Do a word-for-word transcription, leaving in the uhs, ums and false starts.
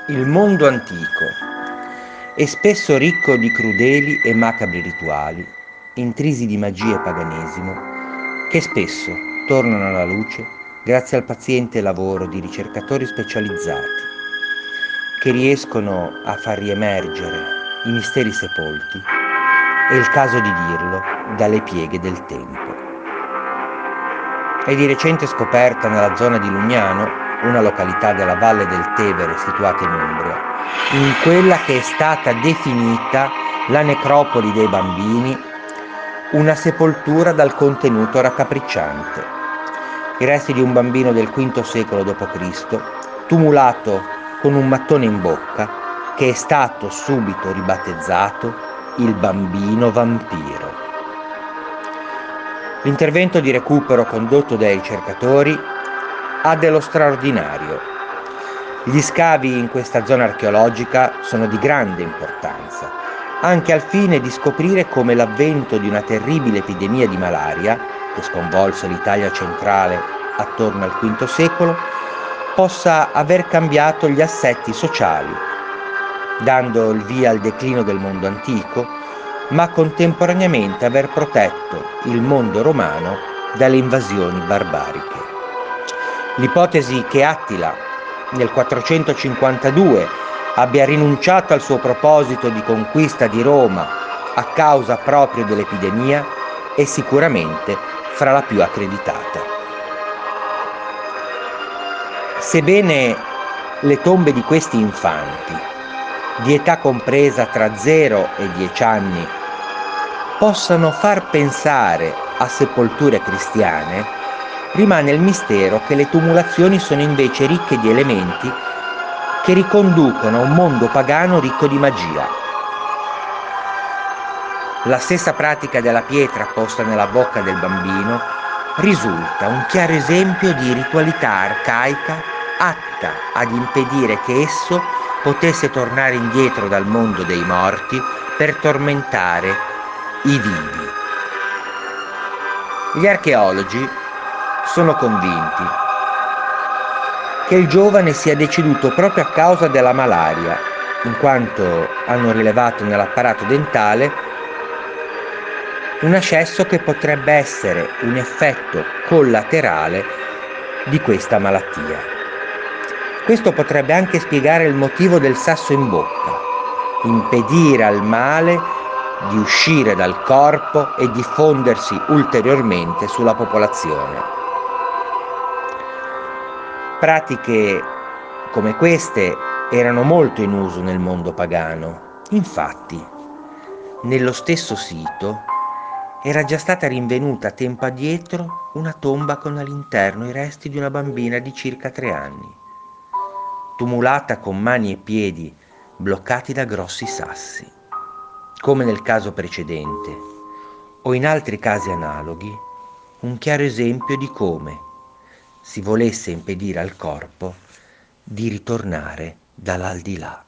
Il mondo antico è spesso ricco di crudeli e macabri rituali, intrisi di magia e paganesimo, che spesso tornano alla luce grazie al paziente lavoro di ricercatori specializzati, che riescono a far riemergere i misteri sepolti, è il caso di dirlo, dalle pieghe del tempo. È di recente scoperta nella zona di Lugnano, una località della Valle del Tevere situata in Umbria, in quella che è stata definita la necropoli dei bambini, una sepoltura dal contenuto raccapricciante. I resti di un bambino del quinto secolo dopo Cristo, tumulato con un mattone in bocca, che è stato subito ribattezzato il bambino vampiro. L'intervento di recupero condotto dai ricercatori ha dello straordinario. Gli scavi in questa zona archeologica sono di grande importanza, anche al fine di scoprire come l'avvento di una terribile epidemia di malaria, che sconvolse l'Italia centrale attorno al quinto secolo, possa aver cambiato gli assetti sociali, dando il via al declino del mondo antico, ma contemporaneamente aver protetto il mondo romano dalle invasioni barbariche. L'ipotesi che Attila nel quattrocentocinquantadue abbia rinunciato al suo proposito di conquista di Roma a causa proprio dell'epidemia è sicuramente fra la più accreditata. Sebbene le tombe di questi infanti, di età compresa tra zero e dieci anni, possano far pensare a sepolture cristiane, rimane il mistero che le tumulazioni sono invece ricche di elementi che riconducono a un mondo pagano ricco di magia. La stessa pratica della pietra posta nella bocca del bambino risulta un chiaro esempio di ritualità arcaica atta ad impedire che esso potesse tornare indietro dal mondo dei morti per tormentare i vivi. Gli archeologi sono convinti che il giovane sia deceduto proprio a causa della malaria, in quanto hanno rilevato nell'apparato dentale un ascesso che potrebbe essere un effetto collaterale di questa malattia. Questo potrebbe anche spiegare il motivo del sasso in bocca, impedire al male di uscire dal corpo e diffondersi ulteriormente sulla popolazione. Pratiche come queste erano molto in uso nel mondo pagano. Infatti, nello stesso sito era già stata rinvenuta tempo addietro una tomba con all'interno i resti di una bambina di circa tre anni, tumulata con mani e piedi bloccati da grossi sassi. Come nel caso precedente, o in altri casi analoghi, un chiaro esempio di come si volesse impedire al corpo di ritornare dall'aldilà.